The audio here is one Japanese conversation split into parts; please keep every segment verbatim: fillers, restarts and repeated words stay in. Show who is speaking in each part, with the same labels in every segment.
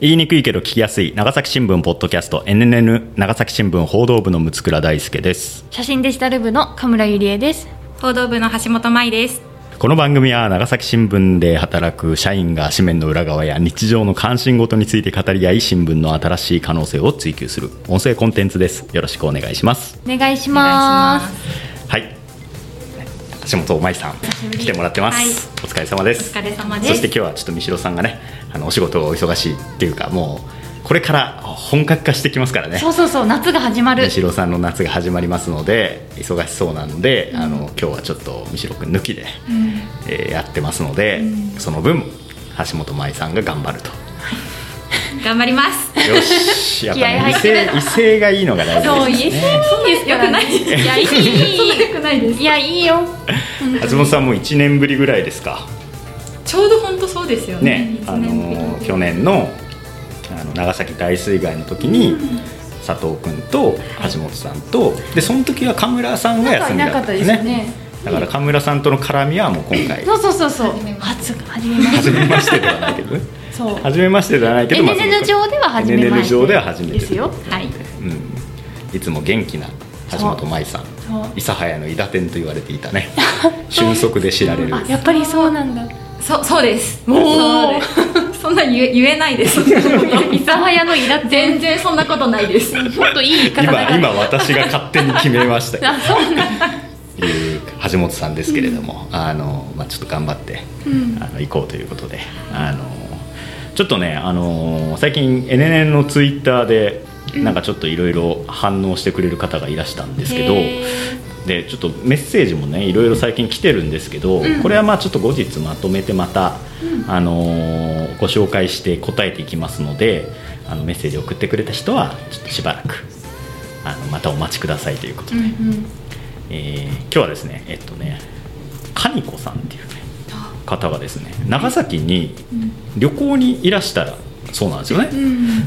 Speaker 1: 言いにくいけど聞きやすい長崎新聞ポッドキャスト エヌエヌエヌ 長崎新聞報道部の六倉大輔です。
Speaker 2: 写真デジタル部の神村ゆりえです。
Speaker 3: 報道部の橋本舞です。
Speaker 1: この番組は長崎新聞で働く社員が紙面の裏側や日常の関心事について語り合い、新聞の新しい可能性を追求する音声コンテンツです。よろしくお願いします。
Speaker 2: お願いします。
Speaker 1: はい、橋本舞さん来てもらってます、はい、お疲れ様です。
Speaker 3: お疲れ様です。
Speaker 1: そして今日はちょっと三代さんがね、あのお仕事お忙しいっていうか、もうこれから本格化してきますからね。
Speaker 2: そうそうそう、夏が始まる。
Speaker 1: 三代さんの夏が始まりますので忙しそうなので、うん、あの今日はちょっと三代くん抜きで、うんえー、やってますので、うん、その分橋本舞さんが頑張ると。
Speaker 3: 頑張ります。
Speaker 1: よし、やっぱね、威勢、威勢がいいのが大事ですね。
Speaker 3: そう、威勢いいですよくない。いや、いい。そんなよくないです。
Speaker 2: いや、いいよ。
Speaker 1: 橋本さんもいちねんぶりぐらいですか。
Speaker 3: ちょうど本当そうですよね。
Speaker 1: ね、あの去年のあの長崎大水害の時に、うん、佐藤君と橋本さんと、はい、でその時は神村さんが休みだったんですね。だから神村さんとの絡みはもう今回
Speaker 2: そうそうそうそう初初めまして
Speaker 1: 初めましてではないけどね
Speaker 2: そう
Speaker 1: 初めましてではないけど
Speaker 2: エヌエヌエヌ 上では初めまして
Speaker 1: エヌエヌエヌ 上では初めて
Speaker 2: ですよ、はい、
Speaker 1: うん、いつも元気な橋本舞さん、諫早の伊達天と言われていたね俊足で知られる。
Speaker 2: あ、やっぱりそうなんだ。
Speaker 3: そ, そうですもうそんな 言, 言えないです
Speaker 2: 諫早の伊達
Speaker 3: 全然そんなことないです。
Speaker 2: もっといい言い方だ。
Speaker 1: 今, 今私が勝手に決めましたよ
Speaker 2: あ、そうなんだ
Speaker 1: いう橋本さんですけれども、うん、あのまあ、ちょっと頑張って、うん、あの行こうということで、あのちょっとね、あの最近 エヌエヌエヌ のツイッターでなんかちょっといろいろ反応してくれる方がいらしたんですけど、でちょっとメッセージもねいろいろ最近来てるんですけど、うん、これはまあちょっと後日まとめてまた、うん、あのー、ご紹介して答えていきますので、あのメッセージを送ってくれた人はちょっとしばらくあのまたお待ちくださいということで、うんうん、えー、今日はですねえっとねカニコさんっていう、ね、方がですね長崎に旅行にいらしたらそうなんですよね、うん、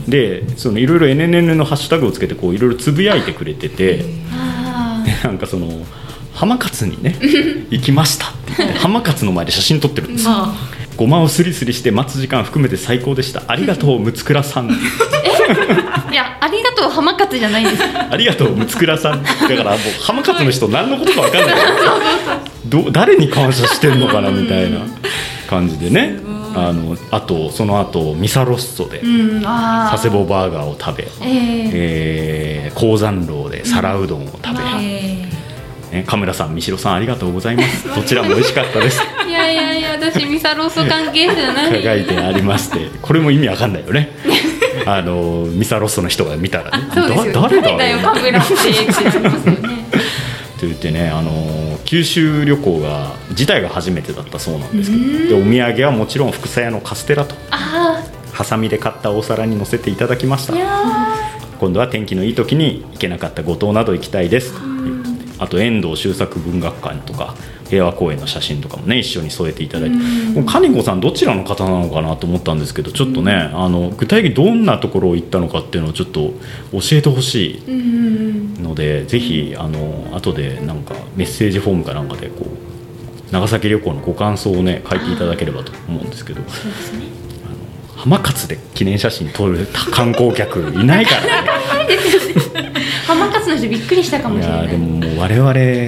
Speaker 1: でそのいろいろ エヌエヌエヌ のハッシュタグをつけてこういろいろつぶやいてくれてて、なんかその浜勝にね行きましたって言って浜勝の前で写真撮ってるんですよ。ごまをスリスリして待つ時間含めて最高でした、ありがとう六倉さんい
Speaker 2: や、ありがとう浜勝じゃないんです
Speaker 1: ありがとう六倉さんだからもう浜勝の人何のことか分かんないど誰に感謝してんのかなみたいな感じでね、あのあとその後ミサロッソで佐世保バーガーを食べ、えーえー、鉱山楼で皿うどんを食べ、うんえーね、神村さん、三代さんありがとうございますどちらも美味しかったです
Speaker 2: いやいやいや、私ミサロッソ関係じゃない
Speaker 1: 書いてありまして、これも意味わかんないよねあのミサロッソの人が見たら、ね、
Speaker 2: そうですよ、
Speaker 1: だ誰だろう
Speaker 2: 誰だよ神村って言ってますよね
Speaker 1: と言ってね、あの九州旅行が自体が初めてだったそうなんですけど、でお土産はもちろん福佐屋のカステラとハサミで買ったお皿に乗せていただきました。今度は天気のいい時に行けなかった五島など行きたいです。あと遠藤周作文学館とか平和公園の写真とかもね一緒に添えていただいて、カニコさんどちらの方なのかなと思ったんですけど、ちょっとね、あの具体的にどんなところを行ったのかっていうのをちょっと教えてほしいので、ぜひあの後でなんかメッセージフォームかなんかでこう長崎旅行のご感想をね書いていただければと思うんですけど、そうですね、あの浜勝で記念写真撮る観光客いないからね
Speaker 2: 浜勝の人びっくりしたかもしれない。
Speaker 1: いやでももう我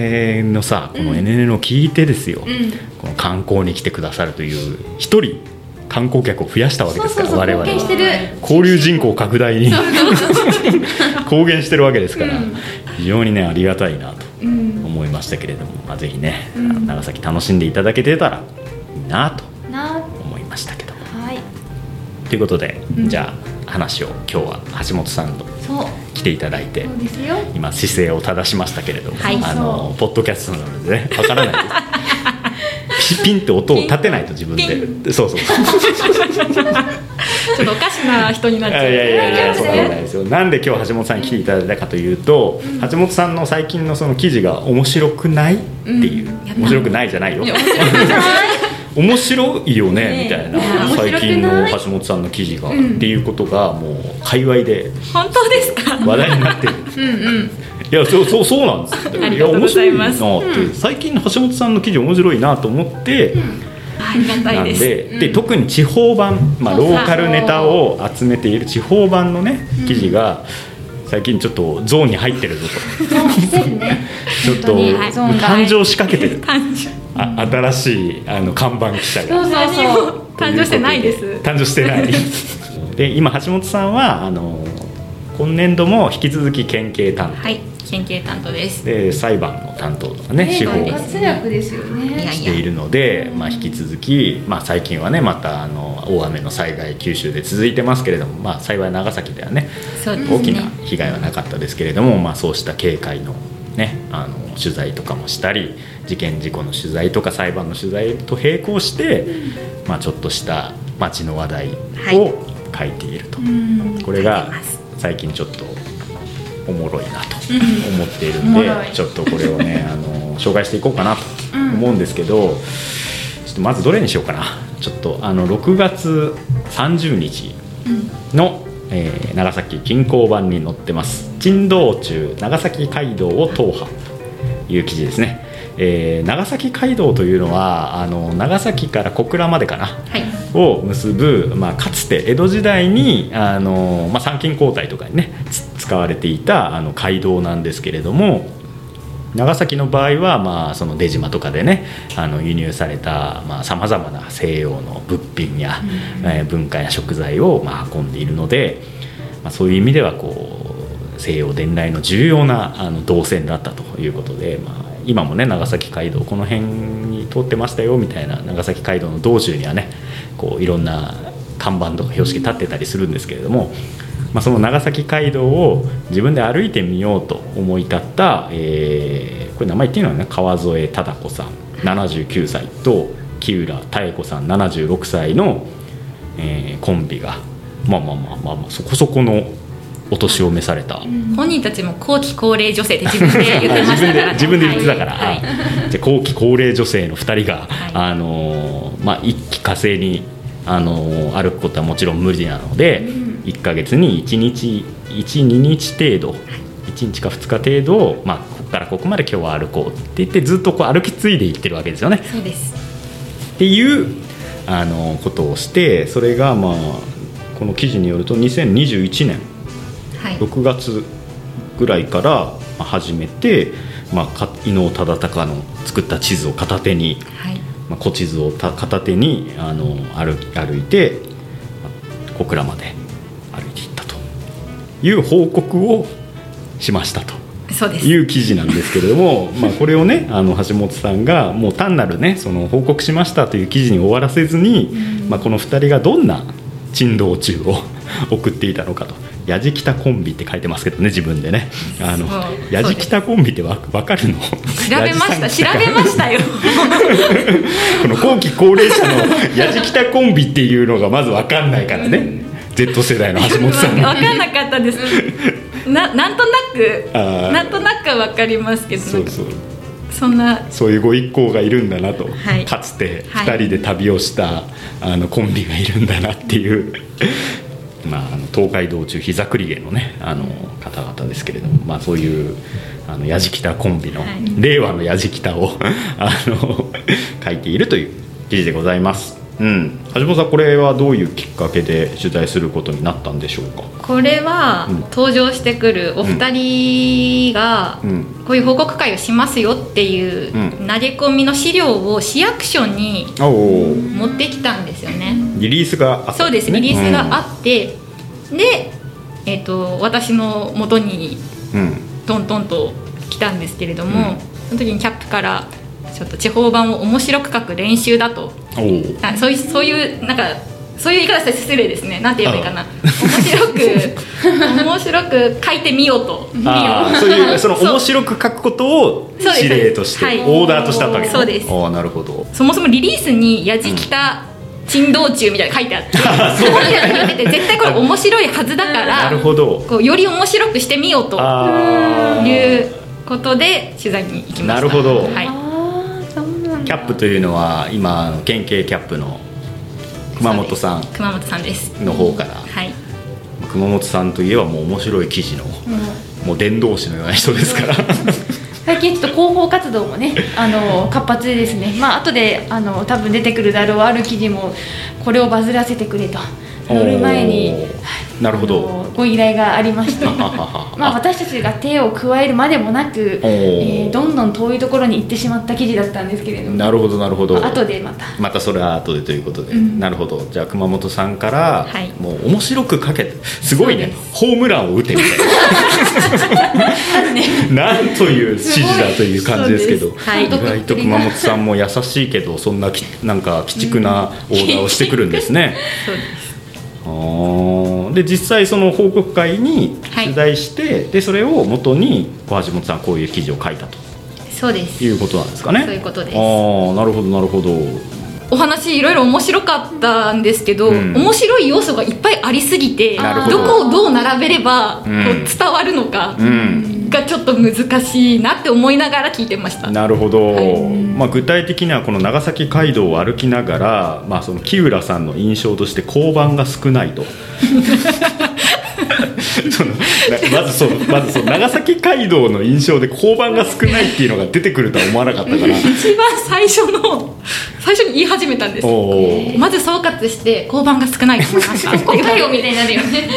Speaker 1: 々のさこの エヌエヌエヌ を聞いてですよ、うん、この観光に来てくださるという一人観光客を増やしたわけですから、
Speaker 2: そうそうそう、
Speaker 1: 我々は
Speaker 2: 貢献してる、
Speaker 1: 交流人口拡大に貢献してるわけですから、うん、非常にねありがたいなと思いましたけれども、まあ、ぜひね、うん、長崎楽しんでいただけてたらいいなと思いましたけども、はい、ということで、うん、じゃあ話を今日は橋本さんと来ていただいて、
Speaker 2: そうですよ、
Speaker 1: 今姿勢を正しましたけれども、
Speaker 2: はい、
Speaker 1: あのポッドキャストなのでねわからないですピンって音を立てないと自分でそうそうちょ
Speaker 3: っとおかしな人になっちゃう。
Speaker 1: いやいやいやそんなことないですよ。なんで今日橋本さんに来ていただいたかというと、うん、橋本さんの最近のその記事が面白くないっていう、うん、面白くないじゃないよ面白いよね、ねみたいな、最近の橋本さんの記事が、うん、っていうことがもう界隈で
Speaker 3: 本当ですか
Speaker 1: 話題になってるうん、うん、いやそうそうそうなんですよ。
Speaker 3: ありがとうございます。
Speaker 1: いや面白いなって、うん、最近の橋本さんの記事面白いなと思って、うん、
Speaker 3: ありがた
Speaker 1: ないん
Speaker 3: です。
Speaker 1: で、で特に地方版、まあ、ローカルネタを集めている地方版のね記事が最近ちょっとゾーンに入ってるぞと、ちょっと誕生しかけてるあ新しいあの看板記者が
Speaker 2: そうそうそう
Speaker 3: 誕生してないです。
Speaker 1: 誕生してないで今橋本さんはあの今年度も引き続き県警担当、
Speaker 3: はい、県警担当です。
Speaker 1: で裁判の担当とかね、司法を
Speaker 2: 活躍ですよね。
Speaker 3: いやいや
Speaker 1: しているので、まあ、引き続き、まあ、最近はねまたあの大雨の災害九州で続いてますけれども、まあ、幸い長崎ではね
Speaker 3: そうですね、
Speaker 1: 大きな被害はなかったですけれども、まあ、そうした警戒の、ね、あの取材とかもしたり事件事故の取材とか裁判の取材と並行して、まあ、ちょっとした街の話題を書いていると、はい、これが最近ちょっとおもろいなと思っているんで、ちょっとこれをねあの紹介していこうかなと思うんですけど、ちょっとまずどれにしようかな。ちょっとあのろくがつさんじゅうにちの、えー、長崎近郊版に載ってます珍道中長崎街道を踏破という記事ですね。えー、長崎街道というのはあの長崎から小倉までかな、はい、を結ぶ、まあ、かつて江戸時代にあの、まあ、参勤交代とかにね使われていたあの街道なんですけれども、長崎の場合は、まあ、その出島とかでねあの輸入されたさまざ、まな西洋の物品や、うんえー、文化や食材を、まあ、運んでいるので、まあ、そういう意味ではこう西洋伝来の重要なあの動線だったということで、まあ今もね長崎街道この辺に通ってましたよみたいな長崎街道の道中にはねこういろんな看板とか標識立ってたりするんですけれども、まあ、その長崎街道を自分で歩いてみようと思い立った、えー、これ名前言っていいのはね川添忠子さんななじゅうきゅうさいと木浦妙子さんななじゅうろくさいの、えー、コンビがまあまあまあまあ、まあ、そこそこのお年を召された、うん、
Speaker 3: 本人たちも後期高齢女性って自分で言ってましたから、ね、
Speaker 1: 自分で自分で言ってたから、
Speaker 3: はいはい、
Speaker 1: じゃ後期高齢女性のふたりが、はい
Speaker 3: あ
Speaker 1: のまあ、一気火星に、あの歩くことはもちろん無理なので、うん、いっかげつにいちにちいち、ににち程度、はい、いちにちかふつか程度、まあ、ここからここまで今日は歩こうって言ってずっとこう歩き継いでいってるわけですよね。
Speaker 3: そうです
Speaker 1: っていうあのことをして、それが、まあ、この記事によるとにせんにじゅういちねんろくがつぐらいから始めて、まあ、伊能忠敬の作った地図を片手に、はいまあ、古地図を片手にあの 歩, 歩いて小倉まで歩いていったという報告をしましたと
Speaker 3: そうです
Speaker 1: いう記事なんですけれどもまあこれをねあの橋本さんがもう単なるねその報告しましたという記事に終わらせずに、うんまあ、このふたりがどんな珍道中を送っていたのかと。やじきたコンビって書いてますけどね自分でねあのやじきたコンビってわ分かるの
Speaker 3: 調べました調べましたよ
Speaker 1: この後期高齢者のやじきたコンビっていうのがまず分かんないからねZ 世代の橋本さん
Speaker 3: 分かんなかったですな, なんとなくなんとなくは分かりますけど
Speaker 1: そうそう
Speaker 3: そんな
Speaker 1: そういうご一行がいるんだなと、
Speaker 3: はい、
Speaker 1: かつてふたりで旅をした、はい、あのコンビがいるんだなっていうまあ、あの東海道中膝栗毛のねあの方々ですけれども、まあ、そういうあのやじきたコンビの、はい、令和のやじきたをあの書いているという記事でございます、うん、橋本さんこれはどういうきっかけで取材することになったんでしょうか。
Speaker 3: これは、うん、登場してくるお二人が、うん、こういう報告会をしますよっていう、うん、投げ込みの資料を市役所に持ってきたんですよね。
Speaker 1: リリースがあったんですね。
Speaker 3: そうですリリースがあって、うん、で、えーと、私の元にトントンと来たんですけれども、うん、その時にキャップからちょっと地方版を面白く書く練習だとあそういう、そういうなんかそういう言い方したら失礼ですね。なんて言えばいいかな。面白く面白く書いてみようと。
Speaker 1: あそういうその面白く書くことを指令として、はい、オーダーとしたわけですね。
Speaker 3: そうです。
Speaker 1: あなるほど。
Speaker 3: そもそもリリースにやじきた珍道中みたいな書いてあって、そう言ってて絶対これ面白いはずだから、
Speaker 1: なるほど。
Speaker 3: こうより面白くしてみようということで取材に行きました。
Speaker 1: なるほど。
Speaker 3: はい。
Speaker 1: キャップというのは今県警キャップの熊本さん
Speaker 3: 熊本さんです
Speaker 1: の方から、
Speaker 3: はい、
Speaker 1: 熊本さんといえばもう面白い記事の、うん、もう伝道師のような人ですから
Speaker 2: 最近ちょっと広報活動もねあの活発でですね、まあ後であの多分出てくるだろうある記事もこれをバズらせてくれと乗る前に、はい、
Speaker 1: なるほど
Speaker 2: ご依頼がありましてまあ私たちが手を加えるまでもなく、えー、どんどん遠いところに行ってしまった記事だったんですけれども、
Speaker 1: なるほどなるほど、
Speaker 2: 後でまた
Speaker 1: またそれは後でということで、
Speaker 2: うん、
Speaker 1: なるほど。じゃあ熊本さんから、はい、もう面白くかけてすごいねホームランを打てみたいななんという指示だという感じですけど、
Speaker 2: はい、
Speaker 1: 意外と熊本さんも優しいけどそんなきなんか鬼畜なオーダーをしてくるんですね、
Speaker 3: そうです
Speaker 1: あで実際その報告会に取材して、はい、でそれを元に小橋本さんこういう記事を書いたと
Speaker 3: そうです
Speaker 1: いうことなんですかね。
Speaker 3: そういうことです。
Speaker 1: ああなるほどなるほど。
Speaker 3: お話いろいろ面白かったんですけど、うん、面白い要素がいっぱいありすぎてどこをどう並べればこう伝わるのかがちょっと難しいなって思いながら聞いてました。
Speaker 1: なるほど、はい。まあ、具体的にはこの長崎街道を歩きながら、まあ、その木浦さんの印象として交番が少ないとそのまずそのまずその長崎街道の印象で交番が少ないっていうのが出てくるとは思わなかったから
Speaker 3: 一番最初の最初に言い始めたんです。まず総括して交番が少ないと思いました
Speaker 2: 答えをみたいになるよね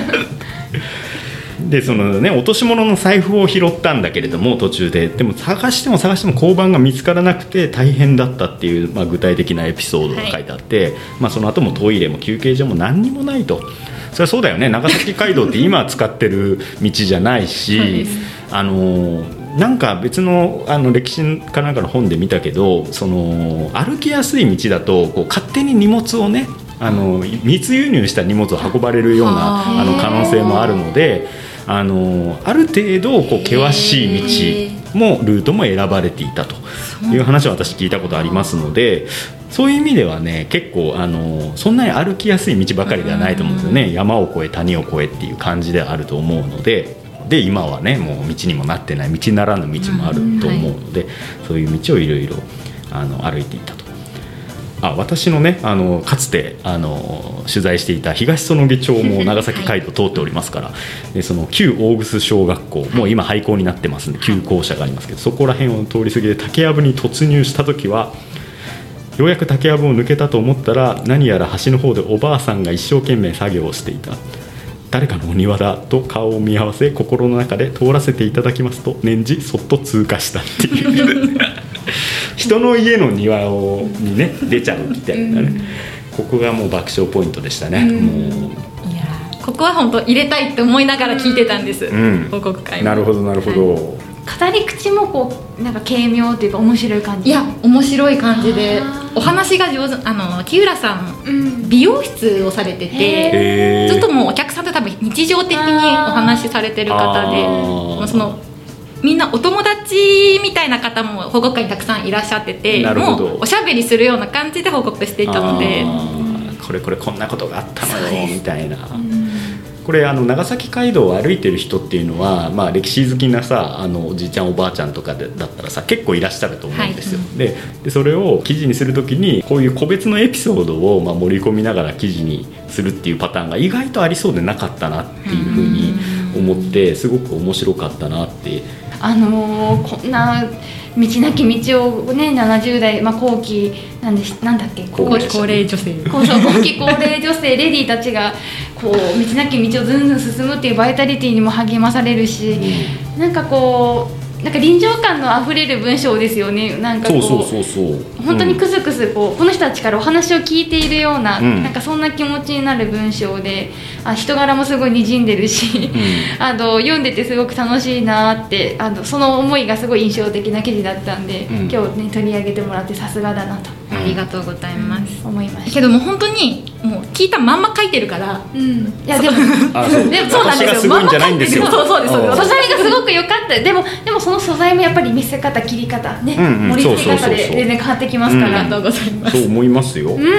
Speaker 1: でそのね、落とし物の財布を拾ったんだけれども途中ででも探しても探しても交番が見つからなくて大変だったっていう、まあ、具体的なエピソードが書いてあって、はい、まあ、その後もトイレも休憩所も何にもないと。それはそうだよね、長崎街道って今使ってる道じゃないしあのなんか別 の, あの歴史かなんかの本で見たけどその歩きやすい道だとこう勝手に荷物をねあの密輸入した荷物を運ばれるようなあの可能性もあるのであのある程度こう険しい道もルートも選ばれていたという話を私聞いたことありますので、そういう意味ではね結構あのそんなに歩きやすい道ばかりではないと思うんですよね。山を越え谷を越えっていう感じであると思うので、で今はねもう道にもなってない道ならぬ道もあると思うので、そういう道をいろいろあの歩いていたと。あ私のねあのかつてあの取材していた東園毛町も長崎街道通っておりますから、はい、でその旧大楠小学校もう今廃校になってますんで旧校舎がありますけど、そこら辺を通り過ぎで竹やぶに突入した時はようやく竹やぶを抜けたと思ったら何やら端の方でおばあさんが一生懸命作業をしていた。誰かのお庭だと顔を見合わせ心の中で通らせていただきますと念じそっと通過したっていう人の家の庭をにね出ちゃうみたいなね、うん、ここがもう爆笑ポイントでしたね、うん、もう
Speaker 3: いやここは本当入れたいって思いながら聞いてたんです、うん、報告会も。
Speaker 1: なるほどなるほど、はい、
Speaker 2: 語り口もこうなんか軽妙というか面白い感じ。
Speaker 3: いや面白い感じでお話が上手。あの木浦さん、うん、美容室をされててずっともうお客さんと多分日常的にお話しされてる方でもうそのみんなお友達みたいな方も報告会にたくさんいらっしゃっててもうおしゃべりするような感じで報告していたので、
Speaker 1: これこれこんなことがあったのよみたいな、うん、これあの長崎街道を歩いてる人っていうのは、まあ、歴史好きなさあのおじいちゃんおばあちゃんとかでだったらさ結構いらっしゃると思うんですよ、はい、で, でそれを記事にするときにこういう個別のエピソードをまあ盛り込みながら記事にするっていうパターンが意外とありそうでなかったなっていうふうに思ってすごく面白かったなって。
Speaker 2: あのー、こんな道なき道を、ね、ななじゅう代、まあ、後期なんでなんだっけ
Speaker 3: 高齢女性
Speaker 2: 後期高齢女性レディーたちがこう道なき道をずんずん進むっていうバイタリティにも励まされるし、うん、なんかこうなんか臨場感のあふれる文章ですよね。なんかこう
Speaker 1: そうそうそうそう
Speaker 2: 本当にクスクスこう、うん、この人たちからお話を聞いているような、うん、なんかそんな気持ちになる文章で、あ人柄もすごい滲んでるし、うん、あの読んでてすごく楽しいなってあのその思いがすごい印象的な記事だったんで、うん、今日ね取り上げてもらってさすがだなと、
Speaker 3: うん、ありがとうございます、
Speaker 2: うん、思いました
Speaker 3: けども本当にもう聞いたまんま書いてるから、
Speaker 2: うん、いやでも
Speaker 1: あそう
Speaker 2: でもそうなんですよ。
Speaker 1: 私がすごいんじゃないんですよ。
Speaker 2: そうそうですそうです。素材がすごく良かった。でもでもその素材もやっぱり見せ方切り方ね、うんうん、盛り付け方で全然変わってきますから、
Speaker 3: ありがとうございます。
Speaker 1: そう思いますよ、うんうん、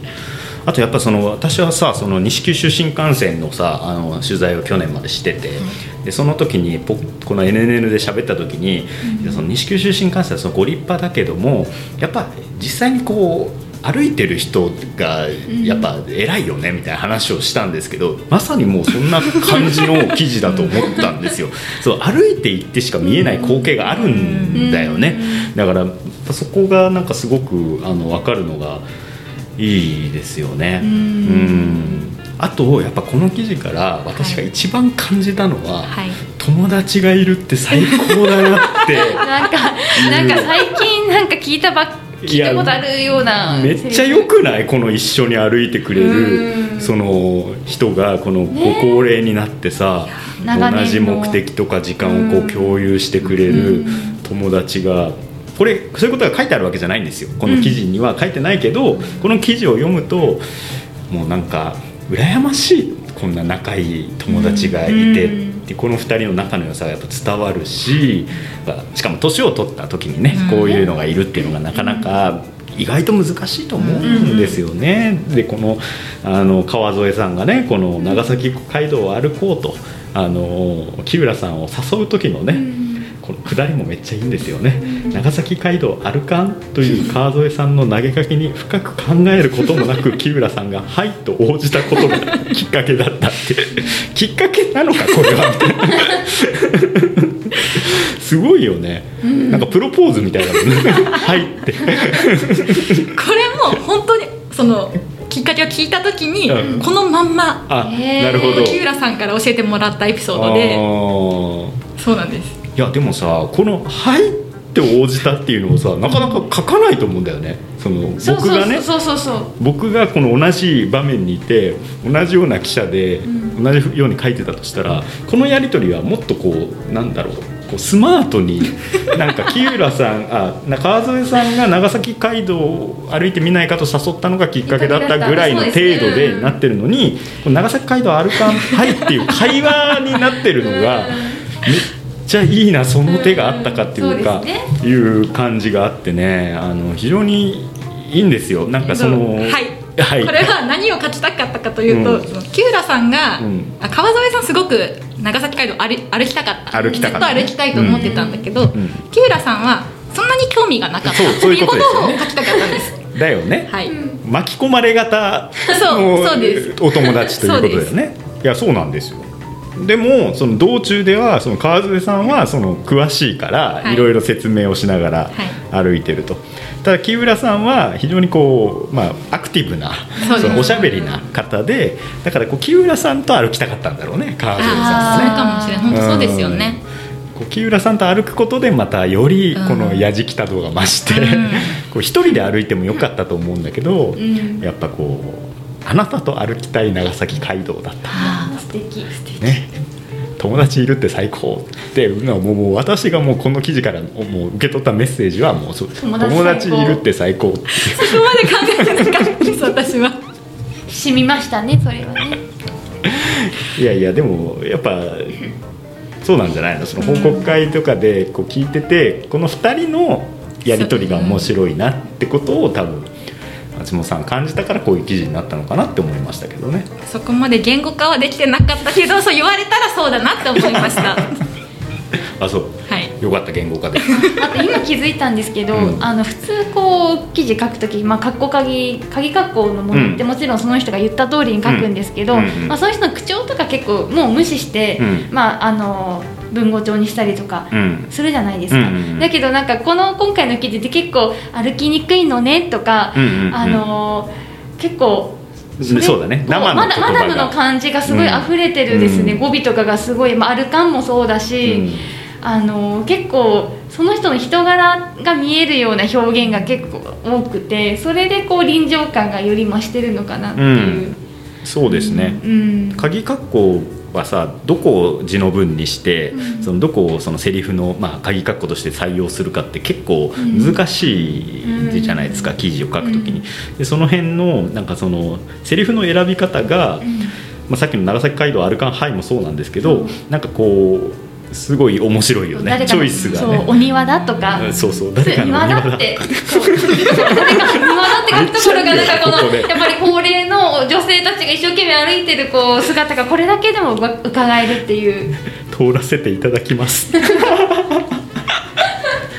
Speaker 1: あとやっぱその私はさその西九州新幹線のさあの取材を去年までしてて、うん、でその時にこの エヌエヌエヌ で喋った時に、うん、その西九州新幹線はそのご立派だけどもやっぱ実際にこう歩いてる人がやっぱ偉いよねみたいな話をしたんですけど、まさにもうそんな感じの記事だと思ったんですよ。そう歩いて行ってしか見えない光景があるんだよね。だからそこがなんかすごくあの分かるのがいいですよね。うんうんあとやっぱこの記事から私が一番感じたのは、はい、友達がいるって最高だなって
Speaker 2: なんかなんか最近なんか聞いたばっ聞いたことあるような
Speaker 1: めっちゃ良くない？この一緒に歩いてくれるその人がこのご高齢になってさ、ね、同じ目的とか時間をこう共有してくれる友達がこれそういうことが書いてあるわけじゃないんですよ。この記事には書いてないけど、この記事を読むともうなんか羨ましい、こんな仲いい友達がいて、うん、でこのふたりの仲の良さがやっぱ伝わるし、しかも年を取った時にね、うん、こういうのがいるっていうのがなかなか意外と難しいと思うんですよね。でこの、あの川添さんがねこの長崎街道を歩こうとあの木浦さんを誘う時のね、うんこの下りもめっちゃいいんですよね。長崎街道歩かんという川添さんの投げかけに深く考えることもなく木浦さんがはいと応じたことがきっかけだったってきっかけなのかこれはすごいよね、うん、なんかプロポーズみたいなのねはいってこ
Speaker 3: れも本当にそのきっかけを聞いた時に、うん、このまんま
Speaker 1: あなるほど
Speaker 3: 木浦さんから教えてもらったエピソードでそうなんです。
Speaker 1: いやでもさこの「はい」って応じたっていうのをさなかなか書かないと思うんだよね。その僕がね僕がこの同じ場面にいて同じような記者で、うん、同じように書いてたとしたらこのやり取りはもっとこうなんだろうこうスマートになんか木浦さんあ川添さんが長崎街道を歩いてみないかと誘ったのがきっかけだったぐらいの程度でなってるのに、この長崎街道歩かんはいっていう会話になってるのがめっちゃいいな、その手があったかっていうか、うんね、いう感じがあってね、あの非常にいいんですよ。なんかその、
Speaker 3: はいはい、これは何を書きたかったかというと、うん、木浦さんが、うん、川添さんすごく長崎街道 歩, 歩きたかった
Speaker 1: 歩きたかった、ね、
Speaker 3: ずっと歩きたいと思ってたんだけど、うん、木浦さんはそんなに興味がなかったということを書きたかったんです
Speaker 1: だよね、はい、巻き込まれ型
Speaker 3: の
Speaker 1: お友達ということだよね。いやそうなんですよ。でもその道中ではその川添さんはその詳しいからいろいろ説明をしながら歩いてると、はいはい、ただ木浦さんは非常にこう、まあ、アクティブなそのおしゃべりな方で、だからこう木浦さんと歩きたかったんだろうね川添さんはね。
Speaker 3: そうかもしれない。本当そうですよね。
Speaker 1: こう木浦さんと歩くことでまたよりこのやじきた度が増して、うん、こう一人で歩いてもよかったと思うんだけど、うん、やっぱこうあなたと歩きたい長崎街道だった。
Speaker 2: あ素敵素敵、
Speaker 1: ね、友達いるって最高っていうのはもう、もう私がもうこの記事からもう受け取ったメッセージはもうそう友達、友達いるって最高って
Speaker 3: そこまで考えてなかったです私は。
Speaker 2: 染みましたねそれはね。
Speaker 1: いやいやでもやっぱそうなんじゃないの。その報告会とかでこう聞いてて、このふたりのやり取りが面白いなってことを多分松本さん感じたからこういう記事になったのかなって思いましたけどね。
Speaker 3: そこまで言語化はできてなかったけどそう言われたらそうだなって思いました
Speaker 1: あそう、はい、よかった言語化で
Speaker 2: あと今気づいたんですけど、うん、あの普通こう記事書くとき、まあ、カッコ鍵鍵カッコのものってもちろんその人が言った通りに書くんですけど、うんうんうんまあ、その人の口調とか結構もう無視して、うんまあ、あの文語帳にしたりとかするじゃないですか、うんうんうん、だけどなんかこの今回の記事って結構歩きにくいのねとか、うんうんうん、あの結構
Speaker 1: そうだね、生の言葉が
Speaker 2: マダムの感じがすごい溢れてるですね、うん、語尾とかがすごい、まあ、歩かんもそうだし、うん、あの結構その人の人柄が見えるような表現が結構多くて、それでこう臨場感がより増してるのかなっていう、うん、
Speaker 1: そうですね、うん、鍵括弧はさどこを字の文にして、うん、そのどこをそのセリフの、まあ、鍵括弧として採用するかって結構難しいじゃないですか、うん、記事を書くときに、うん、でその辺のなんかそのセリフの選び方が、うんまあ、さっきの長崎街道歩かんはいもそうなんですけど、うん、なんかこうすごい面白いよねチョイスがね。
Speaker 2: そうお庭だとか、
Speaker 1: うん、そうそう誰かの
Speaker 2: 庭だって誰かの庭だって書くところがなんかこのやっぱり高齢の女性たちが一生懸命歩いてるこう姿がこれだけでも伺えるっていう。
Speaker 1: 通らせていただきます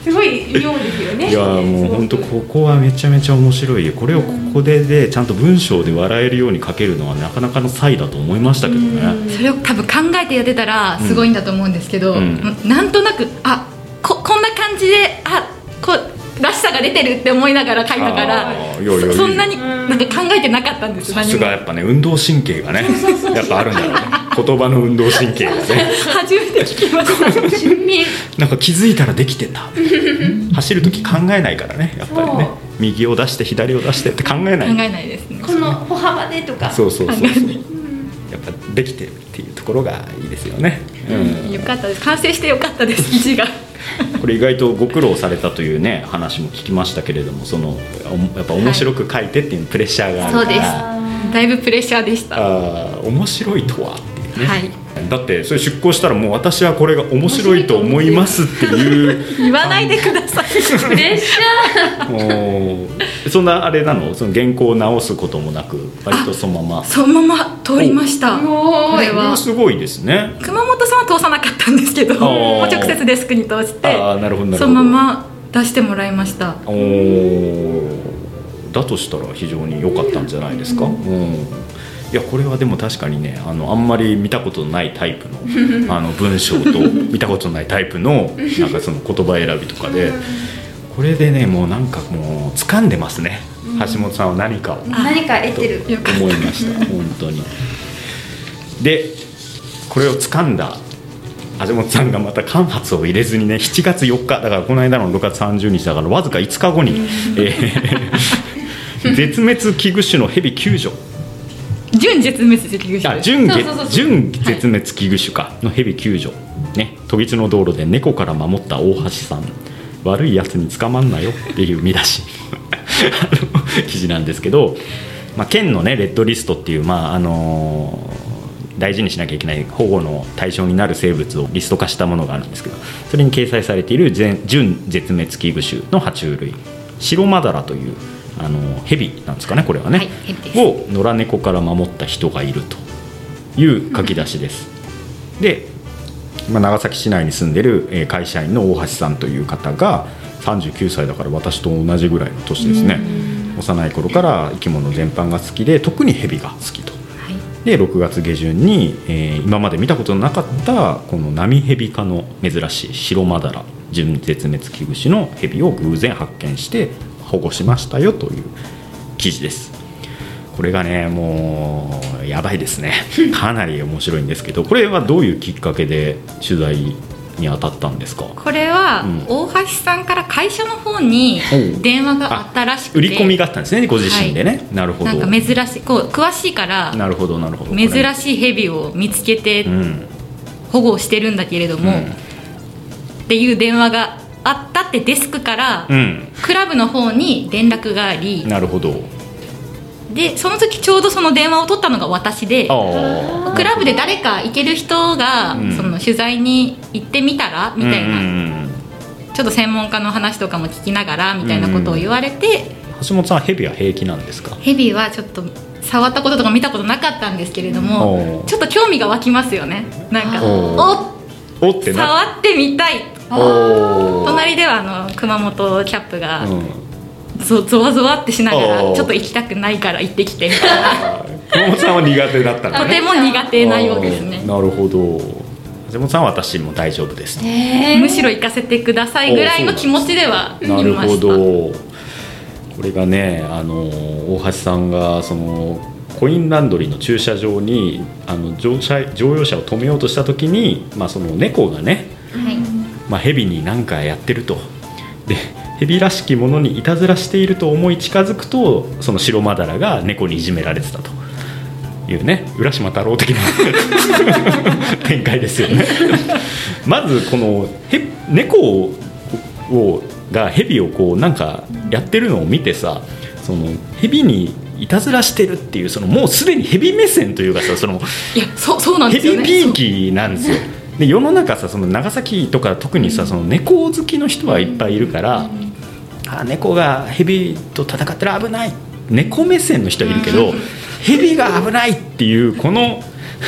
Speaker 2: すごい妙ですよね。
Speaker 1: いやもう本当ここはめちゃめちゃ面白いよ。これをここででちゃんと文章で笑えるように書けるのはなかなかの才だと思いましたけどね。
Speaker 3: それを多分考えてやってたらすごいんだと思うんですけど、
Speaker 1: うんうん、
Speaker 3: なんとなくあ こ, こんな感じであこらしさが出てるって思いながら書いたからそ, そんなになんか考えてなかったんです。
Speaker 1: さすがやっぱね運動神経がねやっぱあるんだろうね。言葉の運動神経がね
Speaker 3: 初めて聞きました
Speaker 1: なんか気づいたらできてた走るとき考えないからねやっぱりね。右を出して左を出してって考えない
Speaker 3: 考えないですね。
Speaker 2: この歩幅でとか
Speaker 1: そうそうそうそうやっぱできてるっていうところがいいですよね、
Speaker 3: うん、よかったです。完成してよかったです記事が
Speaker 1: これ意外とご苦労されたというね話も聞きましたけれども、そのやっぱ面白く書いてっていうプレッシャーがあるから、
Speaker 3: はい、そうです。だいぶプレッシャーでした。
Speaker 1: あ面白いとはっていうね、
Speaker 3: はい、
Speaker 1: だってそれ出稿したらもう私はこれが面白いと思いますっていう
Speaker 3: 言わないでください
Speaker 2: プレッシャ
Speaker 1: ーそんなあれなの、その原稿を直すこともなく割とそのまま
Speaker 3: そのまま通りました。これは
Speaker 1: すごいですね。
Speaker 3: 熊本さんは通さなかったんですけどもう直接デスクに通して
Speaker 1: あなるほどなるほど
Speaker 3: そのまま出してもらいました。
Speaker 1: おだとしたら非常に良かったんじゃないですか、うんうんいやこれはでも確かにね あのあんまり見たことないタイプ の, あの文章と見たことないタイプのなんかその言葉選びとかでこれでねもうなんかもう掴んでますね、うん、橋本さんは何かを
Speaker 2: 何か得てる
Speaker 1: と思いました本当に。でこれを掴んだ橋本さんがまた間髪を入れずにねしちがつよっかだからこの間のろくがつさんじゅうにちだからわずかいつかごに、えー、絶滅危惧種のヘビ救助
Speaker 3: 準絶滅危惧種
Speaker 1: あ 準, 準絶滅危惧種かのヘビ救助、ね、都立の道路で猫から守った大橋さん悪いやつに捕まんなよっていう見出し記事なんですけど、まあ、県の、ね、レッドリストっていう、まああのー、大事にしなきゃいけない保護の対象になる生物をリスト化したものがあるんですけどそれに掲載されている準絶滅危惧種の爬虫類シロマダラというあのヘビなんですかねこれはね、はい、ヘビです。を野良猫から守った人がいるという書き出しです、うん、で、まあ、長崎市内に住んでる、えー、会社員の大橋さんという方がさんじゅうきゅうさいだから私と同じぐらいの年ですね。幼い頃から生き物全般が好きで特にヘビが好きと、はい、でろくがつげじゅんに、えー、今まで見たことのなかったこのナミヘビ科の珍しいシロマダラ準絶滅危惧種のヘビを偶然発見して保護しましたよという記事です。これがねもうやばいですねかなり面白いんですけどこれはどういうきっかけで取材に当たったんですか。
Speaker 3: これは、うん、大橋さんから会社の方に電話があったらしくて
Speaker 1: 売り込みがあったんですねご自身でね、はい、なるほど。
Speaker 3: なんか珍しいこう詳しいから
Speaker 1: なるほどなるほど
Speaker 3: 珍しいヘビを見つけて保護してるんだけれども、うん、っていう電話があったってデスクから、うん、クラブの方に連絡があり
Speaker 1: なるほど。
Speaker 3: でその時ちょうどその電話を取ったのが私でクラブで誰か行ける人が、うん、その取材に行ってみたらみたいな、うん、ちょっと専門家の話とかも聞きながらみたいなことを言われて、
Speaker 1: うん、橋本さんはヘビは平気なんですか。
Speaker 3: ヘビはちょっと触ったこととか見たことなかったんですけれどもちょっと興味が湧きますよね。なんかお
Speaker 1: おってな
Speaker 3: 触ってみたい。隣ではあの熊本キャップが、うんゾ, ゾワゾワってしながらちょっと行きたくないから行ってきてみたいな
Speaker 1: 熊本さんは苦手だったのね。
Speaker 3: とても苦手なようですね。
Speaker 1: なるほど。橋本さんは私も大丈夫です、
Speaker 3: えー、むしろ行かせてくださいぐらいの気持ちではいました。なるほど。
Speaker 1: これがねあの大橋さんがそのコインランドリーの駐車場にあの 乗, 車乗用車を止めようとした時に、まあ、その猫がね、はいまあ、ヘビに何かやってるとでヘビらしきものにいたずらしていると思い近づくとそのシロマダラが猫にいじめられてたというね浦島太郎的な展開ですよねまずこのへ猫をがヘビをこうなんかやってるのを見てさそのヘビにいたずらしてるっていうそのもうすでにヘビ目線というかさその
Speaker 3: いや そ, そうなんですよね。
Speaker 1: ヘビピーキなんですよで世の中さその長崎とか特にさその猫好きの人はいっぱいいるから、うん、あ猫がヘビと戦ってる危ない猫目線の人はいるけど、うん、ヘビが危ないっていうこの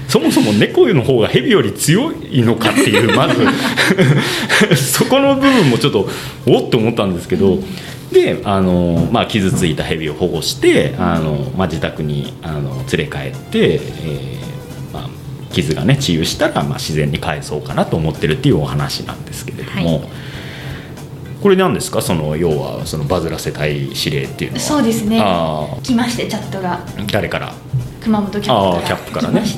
Speaker 1: そもそも猫の方がヘビより強いのかっていうまずそこの部分もちょっとおっと思ったんですけど、であの、まあ、傷ついたヘビを保護してあの、まあ、自宅にあの連れ帰って、えーまあ、傷がね治癒したら、まあ、自然に返そうかなと思ってるっていうお話なんですけれども、はい、これ何ですか、その要はそのバズらせたい指令っていうのは。
Speaker 2: そうですね、来ましてチャットが。
Speaker 1: 誰から？
Speaker 2: 熊本キャ
Speaker 1: ップから
Speaker 2: 来まして、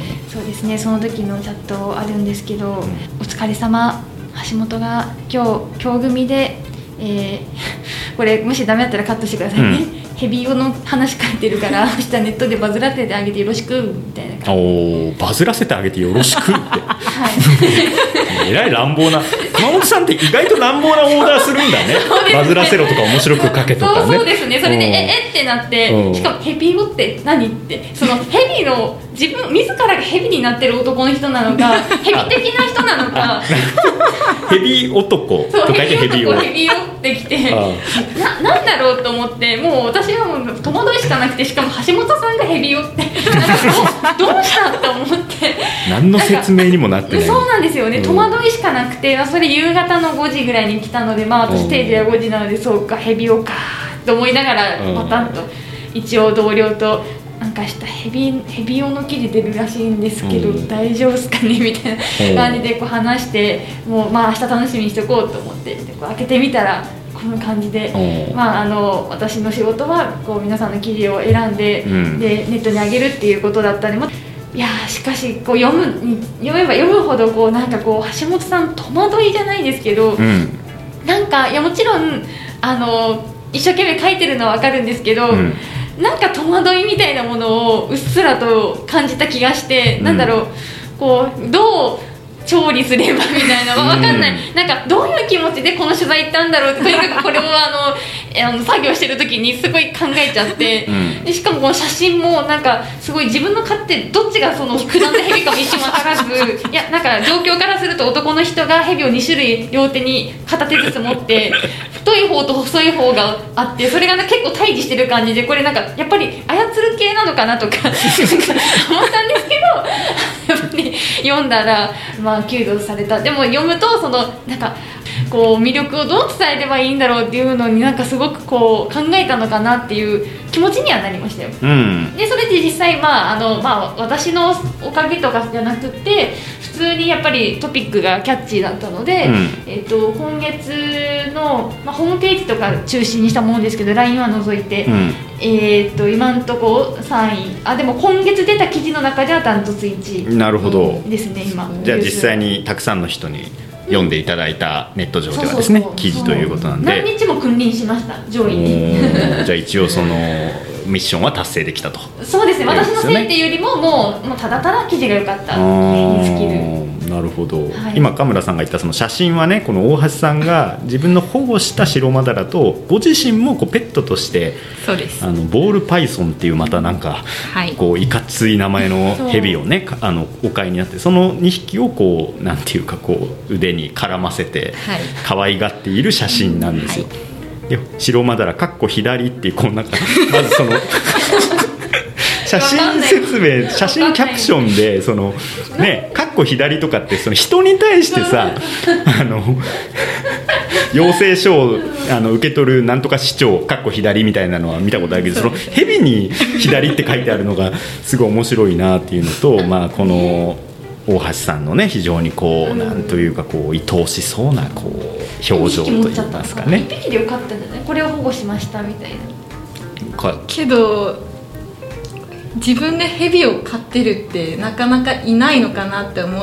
Speaker 2: そうですね、その時のチャットあるんですけど、うん、お疲れ様、橋本が今日今日組で、えー、これもしダメだったらカットしてくださいね、うん、ヘビオの話書いてるから明日ネットでバズらせてあげてよろしくみたいな感じ。
Speaker 1: おバズらせてあげてよろしくってはいえらい乱暴な、熊本さんって意外と乱暴なオーダーするんだねバズらせろとか面白く書けとかね。
Speaker 2: そうそうですね、それでええってなって、しかもヘビオって何ってそのヘビの自分自らがヘビになってる男の人なのかヘビ的な人なのか
Speaker 1: ヘビ男と書いてヘビオ
Speaker 2: ヘビオってきてな, なんだろうと思って、もう私はもう戸惑いしかなくて、しかも橋本さんがヘビオってなんかどうどうしたと思って
Speaker 1: 何の説明にもなってない。
Speaker 2: そうなんですよね、うん、戸惑いしかなくて、それ夕方のごじぐらいに来たので、まあ私定時はごじなので、そうかヘビオかと思いながらパタンと一応同僚となんかしたヘビヘビ用の記事出るらしいんですけど、うん、大丈夫ですかねみたいな感じでこう話して、もうまあ明日楽しみにしておこうと思ってでこう開けてみたらこんな感じで、まあ、あの私の仕事はこう皆さんの記事を選んで、うん、でネットに上げるっていうことだったりも、いやしかしこう読む読めば読むほどこうなんかこう橋本さん戸惑いじゃないですけど、うん、なんかいやもちろんあの一生懸命書いてるのは分かるんですけど、うん、なんか戸惑いみたいなものをうっすらと感じた気がして、うん、なんだろう、こうどう調理すればみたいな分かんない、うん、なんかどういう気持ちでこの取材行ったんだろうって、とにかくこれもあのあの作業してる時にすごい考えちゃって、うん、でしかもこの写真もなんかすごい自分の飼ってどっちがその九段でヘビかも一瞬分からずいやなんか状況からすると男の人がヘビをに種類両手に片手ずつ持って太い方と細い方があって、それが、ね、結構対峙してる感じで、これなんかやっぱり操る系なのかなとか思ったんですけどやっぱり読んだらまあ弓道された。でも読むとそのなんかこう魅力をどう伝えればいいんだろうっていうのになんかすごくこう考えたのかなっていう気持ちにはなりましたよ、うん、でそれで実際、まああのまあ、私のおかげとかじゃなくって普通にやっぱりトピックがキャッチーだったので、うんえー、と今月の、まあ、ホームページとか中心にしたものですけど ライン は除いて、うんえー、と今のところさんい、あでも今月出た記事の中ではダントツいちい
Speaker 1: なるほど
Speaker 2: ですね。今
Speaker 1: じゃあ実際にたくさんの人に読んでいただいたネット上ではですね、記事ということなんで
Speaker 2: 何日も君臨しました上位に
Speaker 1: じゃあ一応そのミッションは達成できたと。
Speaker 2: そうですね、私のせいっていうよりももう、もうただただ記事が良かったに尽きる。
Speaker 1: なるほど、はい、今神村さんが言ったその写真はね、この大橋さんが自分の保護したシロマダラとご自身もこうペットとして
Speaker 3: そうです
Speaker 1: あのボールパイソンっていうまたなんか、はい、こういかつい名前のヘビをねあのお飼いになって、そのにひきをこうなんていうかこう腕に絡ませて可愛がっている写真なんですよ、はい、でシロマダラかっこ左っていうこうなんかまずその写真説明写真キャプションでそのねかっこ左とかってその人に対してさあの要請書をあの受け取るなんとか市長かっこ左みたいなのは見たことあるけど、そのヘビに左って書いてあるのがすごい面白いなっていうのと、まあこの大橋さんのね非常にこうなんというかこう愛おしそうなこう表情といいますかね。
Speaker 2: いっぴきでよかったんじゃない、これを保護しましたみたいな。
Speaker 3: けど自分でヘビを飼ってるってなかなかいないのかなって思って、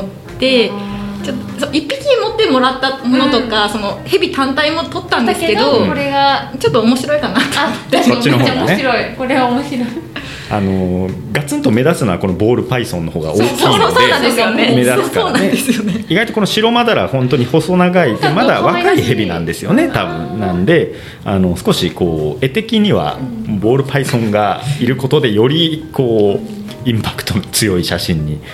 Speaker 3: ちょっといっぴき持ってもらったものとか、うん、そのヘビ単体も取ったんですけど、
Speaker 2: これが
Speaker 3: ちょっと面白いかなと思って。
Speaker 1: そっちの方がね、
Speaker 2: 面白い、これは面白い。
Speaker 1: あのガツンと目立つのはこのボールパイソンの方が大きいので目立つからね。意外とこのシロマダラ本当に細長いでまだ若いヘビなんですよね多分。なんであの少しこう絵的にはボールパイソンがいることでよりこうインパクトの強い写真に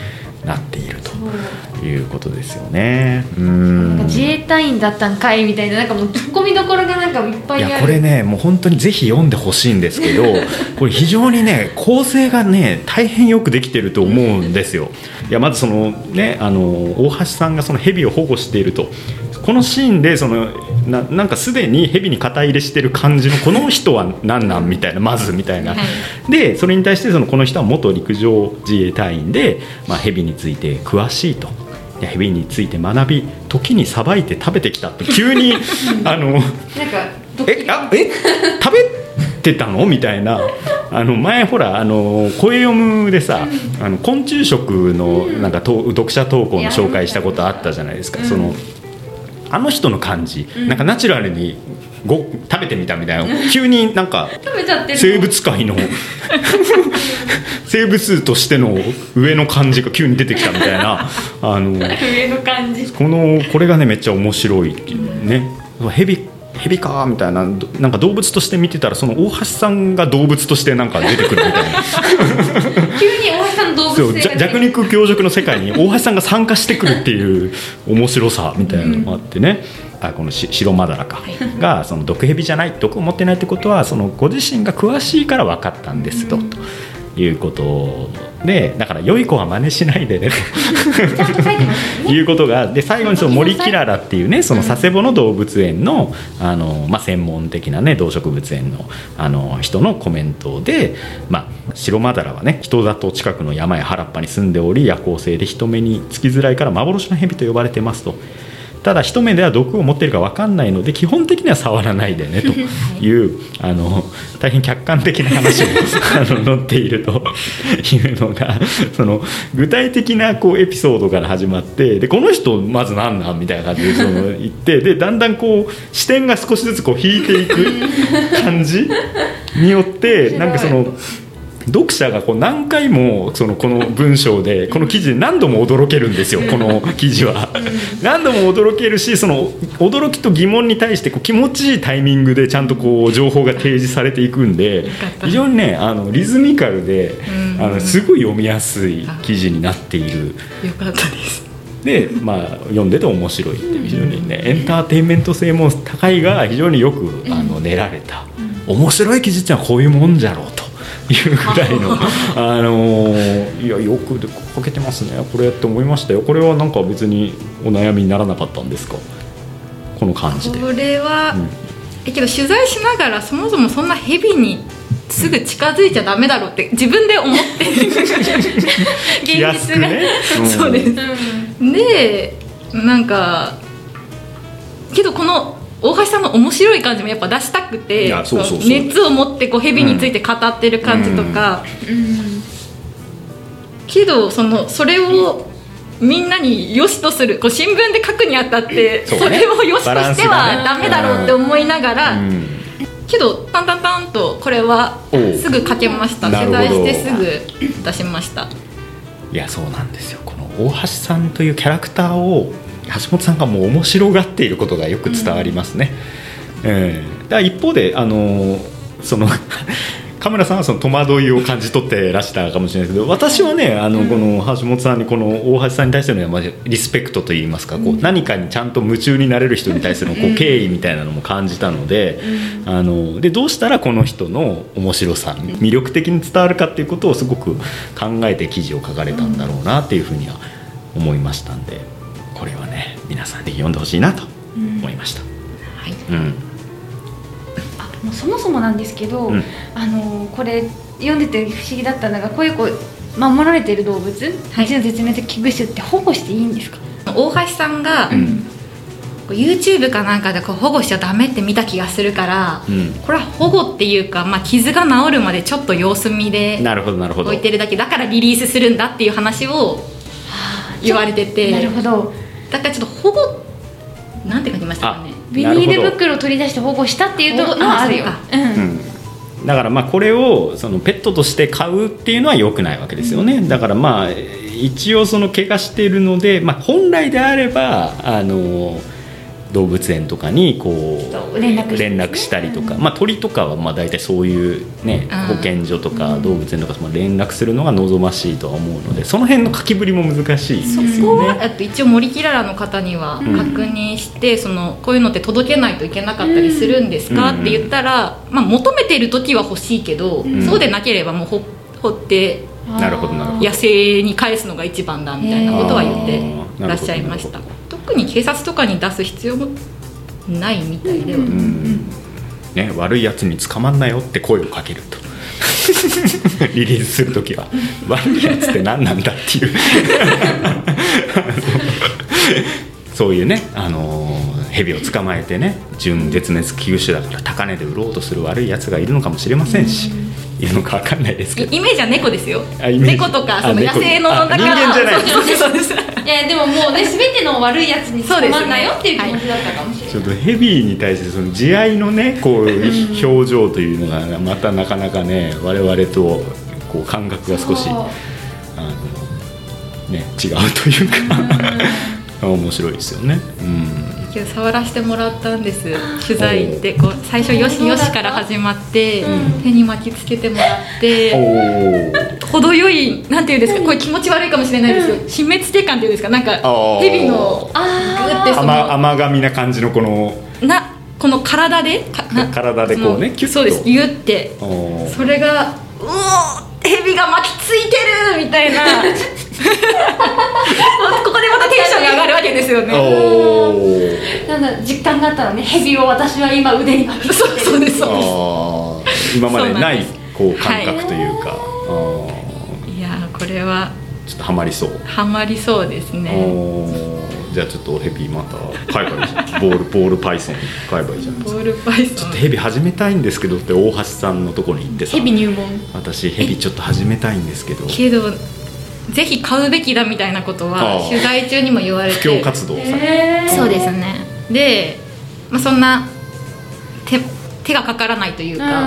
Speaker 1: なっているということですよね。うん、
Speaker 2: なんか自衛隊員だったんかいみたいな、なんかもうツッコミどころがなんかいっぱいある。
Speaker 1: いやこれねもう本当にぜひ読んでほしいんですけどこれ非常にね構成がね大変よくできてると思うんですよ。いやまずそのねあの大橋さんがその蛇を保護していると、このシーンでその な, なんかすでに蛇に肩入れしてる感じのこの人は何なんみたいな、まずみたいな、はい、でそれに対してそのこの人は元陸上自衛隊員で、まあ、蛇について詳しいと、蛇について学び時にさばいて食べてきたって急にあのなんかえあえ食べてたのみたいな、あの前ほらあの声読むでさ、あの昆虫食のなんかと読者投稿の紹介したことあったじゃないですか。そのあの人の感じ、なんかナチュラルにご食べてみたみたいな、急になんか生物界の生物としての上の感じが急に出てきたみたいな、あの
Speaker 2: 上の感じ、
Speaker 1: このこれがねめっちゃ面白いね。ヘビヘビかみたいな、なんか動物として見てたらその大橋さんが動物としてなんか出てくるみたいな
Speaker 2: 急に大橋さんの動物性が出てくる、
Speaker 1: 弱肉強食の世界に大橋さんが参加してくるっていう面白さみたいなのもあってね、うん、あこの白マダラかがその毒ヘビじゃない、毒を持ってないってことはそのご自身が詳しいから分かったんですと、うん、ということで、だから良い子は真似しないでねということがで、最後にその森キララっていうねその佐世保の動物園の、あの、まあ、専門的なね動植物園の、あの人のコメントで、まあ、白マダラはね人里近くの山や原っぱに住んでおり夜行性で人目につきづらいから幻の蛇と呼ばれてますと。ただ一目では毒を持っているか分かんないので基本的には触らないでねというあの大変客観的な話もあの載っているというのが、その具体的なこうエピソードから始まって、でこの人まず何なんみたいな感じでその言ってでだんだんこう視点が少しずつこう引いていく感じによってなんかその読者がこう何回もそのこの文章でこの記事で何度も驚けるんですよ。この記事は何度も驚けるし、その驚きと疑問に対してこう気持ちいいタイミングでちゃんとこう情報が提示されていくんで、非常にねあのリズミカルであのすごい読みやすい記事になっている。
Speaker 3: よかったです。
Speaker 1: で、まあ、読んでて面白いっていう非常にねエンターテインメント性も高いが非常によくあの練られた面白い記事ってのはこういうもんじゃろうというぐらいのあのいやよく書けてますねこれって思いましたよ。これはなんか別にお悩みにならなかったんですか、この感じで。
Speaker 3: これは、うん、えけど取材しながらそもそもそんなヘビにすぐ近づいちゃダメだろうって自分で思って現実が、ねうん、そうです、うん、でなんかけどこの大橋さんの面白い感じもやっぱ出したくて、そうそうそう熱を持ってこうヘビについて語ってる感じとか、うんうん、けど そのそれをみんなに良しとするこう新聞で書くにあたって そ,、ね、それを良しとしてはダメだろうって思いながら、うん、けどタンタンタンとこれはすぐ書けました。取材してすぐ出しました。
Speaker 1: いやそうなんですよ。この大橋さんというキャラクターを橋本さんがもう面白がっていることがよく伝わりますね、うんえー、だから一方であのそのカメラさんはその戸惑いを感じ取ってらしたかもしれないですけど、私はねあのこの橋本さんにこの大橋さんに対してのリスペクトといいますか、こう何かにちゃんと夢中になれる人に対するこう敬意みたいなのも感じたので、あのでどうしたらこの人の面白さ魅力的に伝わるかっていうことをすごく考えて記事を書かれたんだろうなっていうふうには思いましたんで、これはね皆さんで読んでほしいなと思いました、うんはいうん、
Speaker 2: あもうそもそもなんですけど、うん、あのこれ読んでて不思議だったのがこういうこう守られている動物、はい、一の絶滅危惧種って保護していいんですか。
Speaker 3: 大橋さんが、うん、YouTube かなんかでこう保護しちゃダメって見た気がするから、うん、これは保護っていうか、まあ、傷が治るまでちょっと様子見で置いてるだけだからリリースするんだっていう話を言われてて、
Speaker 2: なるほど。
Speaker 3: だからちょっと保護なんて書きましたかね。
Speaker 2: ビニール袋を取り出して保護したっていうとのはあるよ、うんうん、
Speaker 1: だからまあこれをそのペットとして飼うっていうのは良くないわけですよね、うん、だからまあ一応その怪我しているので、まあ、本来であればあの動物園とかにこう
Speaker 2: 連絡して
Speaker 1: 連絡したりとか、まあ、鳥とかはまあ大体そういう、ね、保健所とか動物園とか連絡するのが望ましいとは思うので、その辺の書きぶりも難しいですよね。
Speaker 3: そこはあと一応森キララの方には確認して、うん、そのこういうのって届けないといけなかったりするんですか、うん、って言ったら、まあ、求めてる時は欲しいけど、うん、そうでなければもうほ放って
Speaker 1: なるほどなるほど
Speaker 3: 野生に返すのが一番だみたいなことは言ってらっしゃいました。特に警察とかに出す必要もないみたいでは、うんうん
Speaker 1: ね、悪いやつに捕まんなよって声をかけるとリリースするときは悪いやつって何なんだっていうそういうね、あのー、蛇を捕まえてね、準絶滅危惧種だから高値で売ろうとする悪いやつがいるのかもしれませんし、いるのか分かんないですけど、
Speaker 3: イメージは猫ですよ。猫とかその野生のだから
Speaker 1: 人間じゃない
Speaker 2: そうですいやでももうね、全ての悪いやつに捕まんなよっていう気持ちだったかもしれない。
Speaker 1: ちょっとヘビーに対してその慈愛のねこう表情というのがまたなかなかね、我々とこう感覚が少しあの、ね、違うというか面白いですよね。うん、
Speaker 3: 今日触らせてもらったんです。取材でこう最初よしよしから始まって、うん、手に巻きつけてもらって程よいなんていうんですか、これ気持ち悪いかもしれないですよ、締め付け感っていうんですか、なんか蛇のグッてその
Speaker 1: 甘噛みな感じのこの
Speaker 3: なこの体でか
Speaker 1: 体でこうねキュッと、
Speaker 3: そうですギュッて、それがうお蛇が巻きついてるみたいなここでまたテンションが上がるわけですよね。
Speaker 2: なんだ実感があったのね、蛇を私は今腕に巻きつけてる。
Speaker 3: そうですそうで
Speaker 1: す。今までないこう感覚というか、
Speaker 3: はい、いやこれは
Speaker 1: ちょっとハマりそう
Speaker 3: ハマりそうですね。
Speaker 1: じゃあちょっとヘビまた買えばいいじゃんボールボールパイソン買えばいいじゃん。
Speaker 3: ボールパイソン
Speaker 1: ちょっとヘビ始めたいんですけどって大橋さんのところに行ってさ、
Speaker 2: ヘビ入門
Speaker 1: 私ヘビちょっと始めたいんですけど
Speaker 3: けどぜひ買うべきだみたいなことは取材中にも言われて、
Speaker 1: 布教活動をされて、
Speaker 3: そうですね。で、まあ、そんな 手, 手がかからないというか、うん、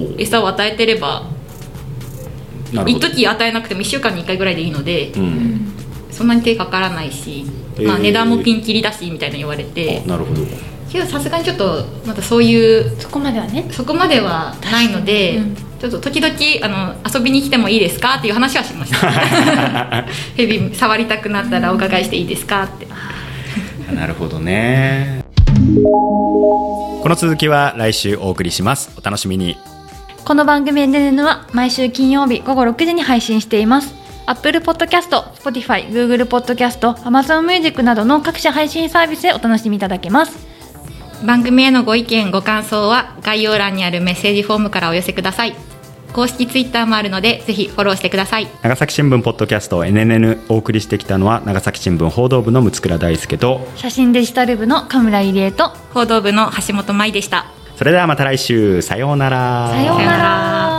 Speaker 3: 餌を与えてれば一時与えなくてもいっしゅうかんにいっかいぐらいでいいので、うん、そんなに手かからないし、まあ、値段もピンキリだしみたいな言われて、
Speaker 1: なるほど。
Speaker 3: けどさすがにちょっとまたそういう
Speaker 2: そこまではね
Speaker 3: そこまではないので、うん、ちょっと時々あの遊びに来てもいいですかっていう話はしましたヘビ触りたくなったらお伺いしていいですかって。
Speaker 1: なるほどね。この続きは来週お送りします。お楽しみに。
Speaker 2: この番組 エヌエヌエヌ は毎週金曜日午後ろくじに配信しています。Apple Podcast、Spotify、Google Podcast、Amazon Music などの各種配信サービスでお楽しみいただけます。
Speaker 3: 番組へのご意見ご感想は概要欄にあるメッセージフォームからお寄せください。公式ツイッターもあるのでぜひフォローしてください。
Speaker 1: 長崎新聞ポッドキャスト エヌエヌエヌ お送りしてきたのは長崎新聞報道部の六倉大輔と
Speaker 2: 写真デジタル部の神村入江と
Speaker 3: 報道部の橋本舞でした。
Speaker 1: それではまた来週、さようなら。
Speaker 2: さようなら。